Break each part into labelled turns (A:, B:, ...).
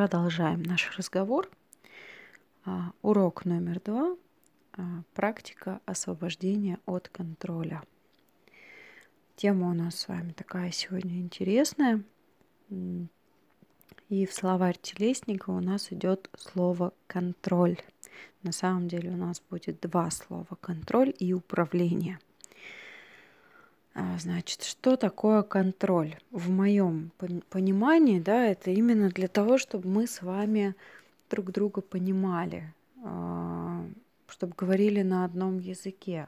A: продолжаем наш разговор. Урок номер 2. Практика освобождения от контроля. Тема у нас с вами такая сегодня интересная. И в словарь телесника у нас идет слово «контроль». На самом деле у нас будет два слова «контроль» и «управление». Значит, что такое контроль? В моем понимании, да, это именно для того, чтобы мы с вами друг друга понимали, чтобы говорили на одном языке.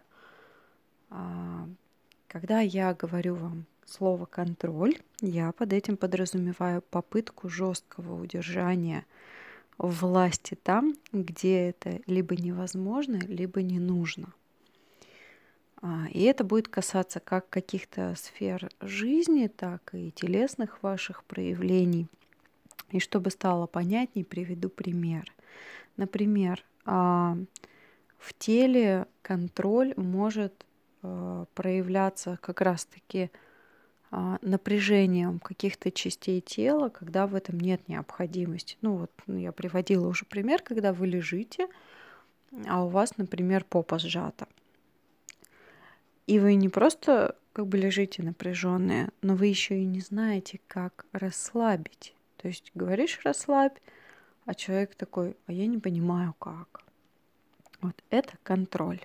A: Когда я говорю вам слово «контроль», я под этим подразумеваю попытку жесткого удержания власти там, где это либо невозможно, либо не нужно. И это будет касаться как каких-то сфер жизни, так и телесных ваших проявлений. И чтобы стало понятней, приведу пример. Например, в теле контроль может проявляться как раз-таки напряжением каких-то частей тела, когда в этом нет необходимости. Я приводила уже пример, когда вы лежите, а у вас, например, попа сжата. И вы не просто лежите напряженные, но вы еще и не знаете, как расслабить. То есть говоришь «расслабь», а человек такой: «А я не понимаю, как». Вот это контроль.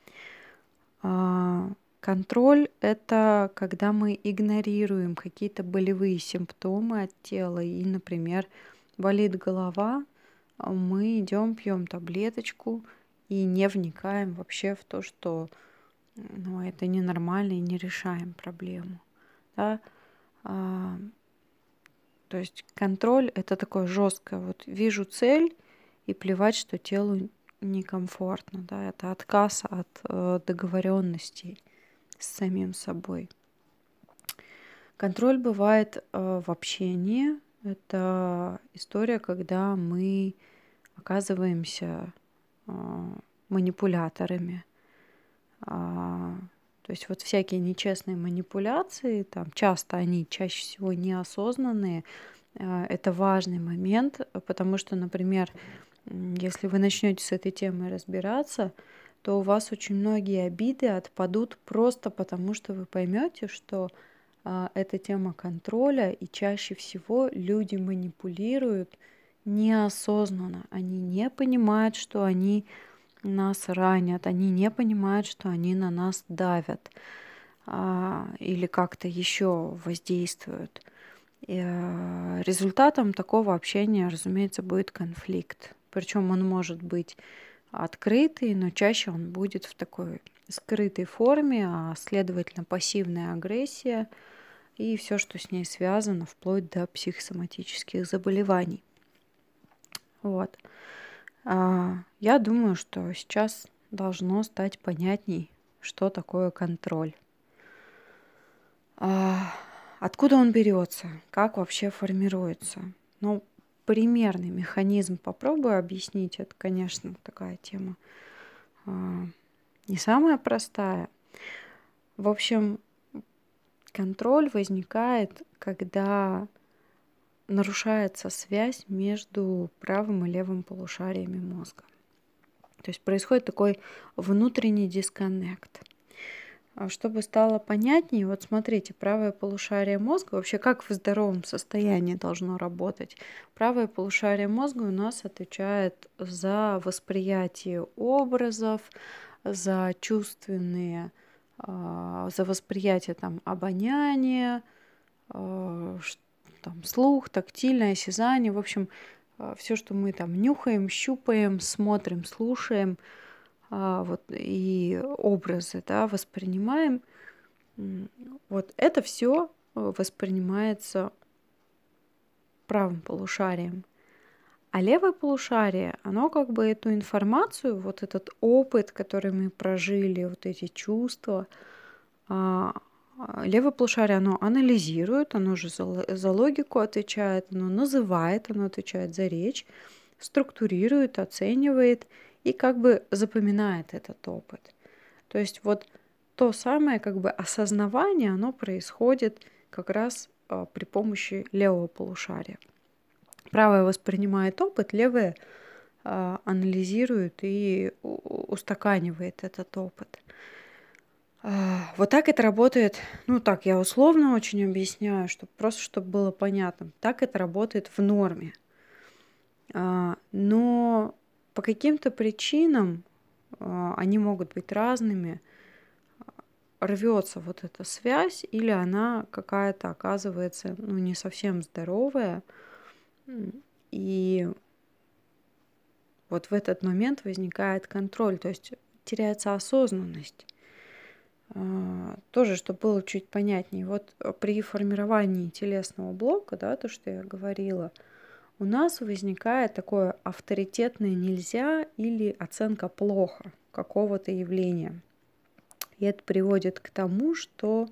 A: Контроль — это когда мы игнорируем какие-то болевые симптомы от тела. И, например, болит голова, мы идем, пьем таблеточку и не вникаем вообще в то, что это ненормально, и не решаем проблему. Да? То есть контроль — это такое жесткое. Вижу цель и плевать, что телу некомфортно. Да? Это отказ от договоренностей с самим собой. Контроль бывает в общении. Это история, когда мы оказываемся манипуляторами. То есть всякие нечестные манипуляции, чаще всего неосознанные. Это важный момент, потому что, например, если вы начнете с этой темой разбираться, то у вас очень многие обиды отпадут просто потому, что вы поймете, что это тема контроля, и чаще всего люди манипулируют неосознанно. Они не понимают, что они нас ранят, они не понимают, что они на нас давят или как-то еще воздействуют. И результатом такого общения, разумеется, будет конфликт. Причем он может быть открытый, но чаще он будет в такой скрытой форме, а следовательно пассивная агрессия и все, что с ней связано, вплоть до психосоматических заболеваний. Я думаю, что сейчас должно стать понятней, что такое контроль. Откуда он берется, как вообще формируется. Примерный механизм попробую объяснить. Это, конечно, такая тема не самая простая. В общем, контроль возникает, когда нарушается связь между правым и левым полушариями мозга. То есть происходит такой внутренний дисконнект. Чтобы стало понятнее, смотрите, правое полушарие мозга, вообще как в здоровом состоянии должно работать. Правое полушарие мозга у нас отвечает за восприятие образов, за чувственные, за восприятие обоняния, слух, тактильное, осязание, в общем, все, что мы нюхаем, щупаем, смотрим, слушаем, и образы, воспринимаем, это все воспринимается правым полушарием. А левое полушарие, оно эту информацию, этот опыт, который мы прожили, эти чувства, левое полушарие, оно анализирует, оно же за логику отвечает, оно называет, оно отвечает за речь, структурирует, оценивает и запоминает этот опыт. То есть то самое осознавание, оно происходит как раз при помощи левого полушария. Правая воспринимает опыт, левая анализирует и устаканивает этот опыт. Вот так это работает, ну так, я условно очень объясняю, просто чтобы было понятно. Так это работает в норме. Но по каким-то причинам, они могут быть разными, рвется вот эта связь, или она какая-то оказывается, ну, не совсем здоровая. И вот в этот момент возникает контроль, то есть теряется осознанность. Тоже, чтобы было чуть понятнее. Вот при формировании телесного блока, да, то, что я говорила, у нас возникает такое авторитетное нельзя или оценка плохо какого-то явления. И это приводит к тому, что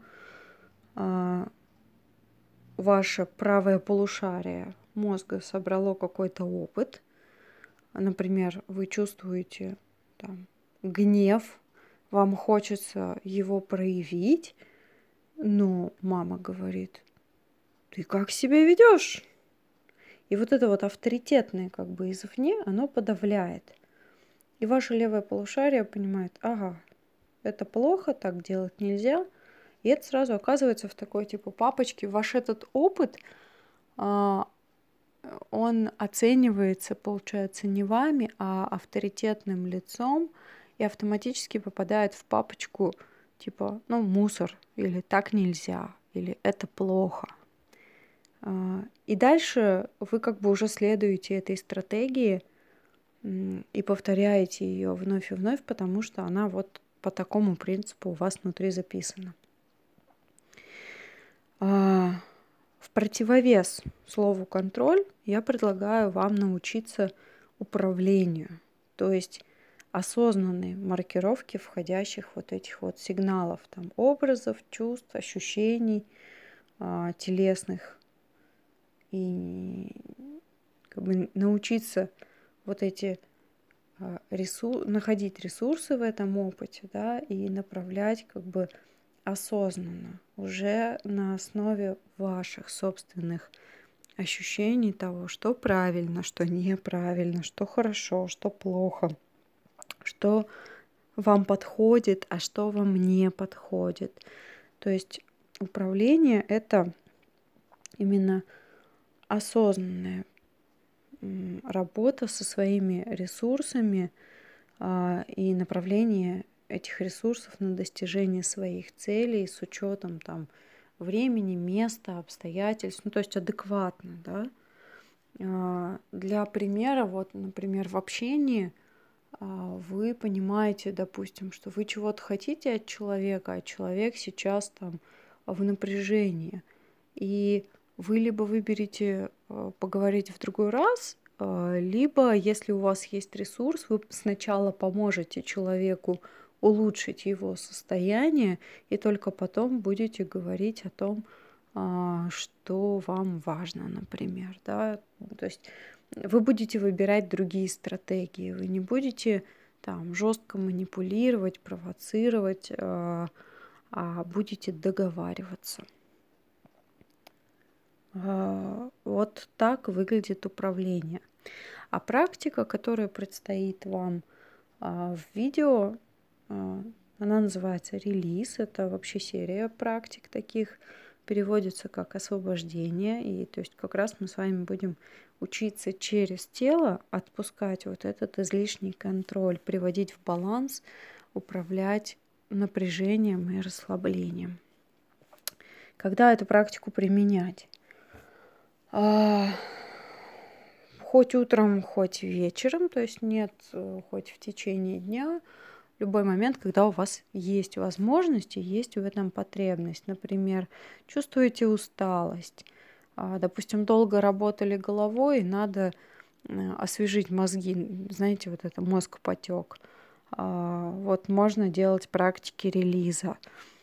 A: ваше правое полушарие мозга собрало какой-то опыт. Например, вы чувствуете там гнев, вам хочется его проявить, но мама говорит: ты как себя ведешь? И вот это вот авторитетное как бы извне, оно подавляет. И ваше левое полушарие понимает: ага, это плохо, так делать нельзя. И это сразу оказывается в такой типа папочке. Ваш этот опыт, он оценивается, получается, не вами, а авторитетным лицом и автоматически попадает в папочку типа, ну, мусор, или так нельзя, или это плохо. И дальше вы как бы уже следуете этой стратегии и повторяете ее вновь и вновь, потому что она вот по такому принципу у вас внутри записана. В противовес слову «контроль» я предлагаю вам научиться управлению, то есть осознанной маркировки входящих вот этих вот сигналов, там, образов, чувств, ощущений телесных. И как бы научиться вот эти находить ресурсы в этом опыте, да, и направлять как бы осознанно, уже на основе ваших собственных ощущений того, что правильно, что неправильно, что хорошо, что плохо, что вам подходит, а что вам не подходит. То есть управление — это именно осознанная работа со своими ресурсами и направление этих ресурсов на достижение своих целей с учетом там времени, места, обстоятельств, ну то есть адекватно, да. Для примера, вот, например, в общении вы понимаете, допустим, что вы чего-то хотите от человека, а человек сейчас там в напряжении, и вы либо выберете поговорить в другой раз, либо, если у вас есть ресурс, вы сначала поможете человеку улучшить его состояние, и только потом будете говорить о том, что вам важно, например, да. То есть вы будете выбирать другие стратегии, вы не будете там жестко манипулировать, провоцировать, а будете договариваться. Вот так выглядит управление. А практика, которая предстоит вам в видео, она называется релиз. Это вообще серия практик таких, переводится как освобождение. И то есть как раз мы с вами будем учиться через тело отпускать вот этот излишний контроль, приводить в баланс, управлять напряжением и расслаблением. Когда эту практику применять? Хоть утром, хоть вечером, то есть нет, хоть в течение дня, любой момент, когда у вас есть возможность и есть в этом потребность. Например, чувствуете усталость, допустим, долго работали головой, надо освежить мозги, знаете, вот это мозг потек. Вот можно делать практики релиза.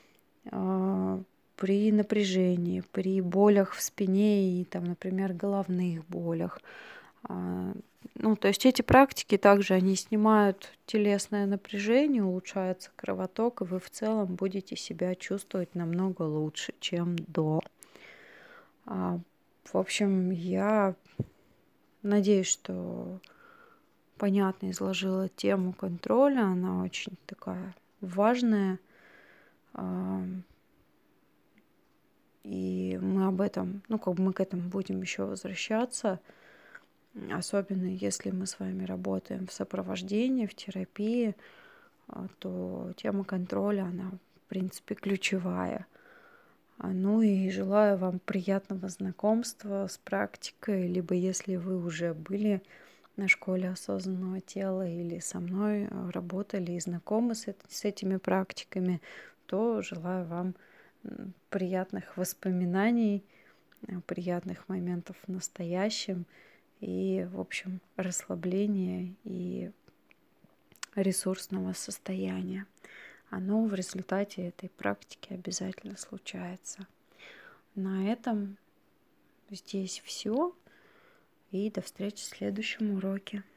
A: При напряжении, при болях в спине и, там, например, головных болях. Ну, то есть эти практики также, они снимают телесное напряжение, улучшается кровоток, и вы в целом будете себя чувствовать намного лучше, чем до. В общем, я Надеюсь, что понятно изложила тему контроля. Она очень такая важная. И мы об этом, мы к этому будем еще возвращаться. Особенно если мы с вами работаем в сопровождении, в терапии, то тема контроля, она, в принципе, ключевая. Ну и желаю вам приятного знакомства с практикой, либо если вы уже были на школе осознанного тела или со мной работали и знакомы с этими практиками, то желаю вам приятных воспоминаний, приятных моментов в настоящем и, в общем, расслабления и ресурсного состояния. Оно в результате этой практики обязательно случается. На этом здесь все. И до встречи в следующем уроке.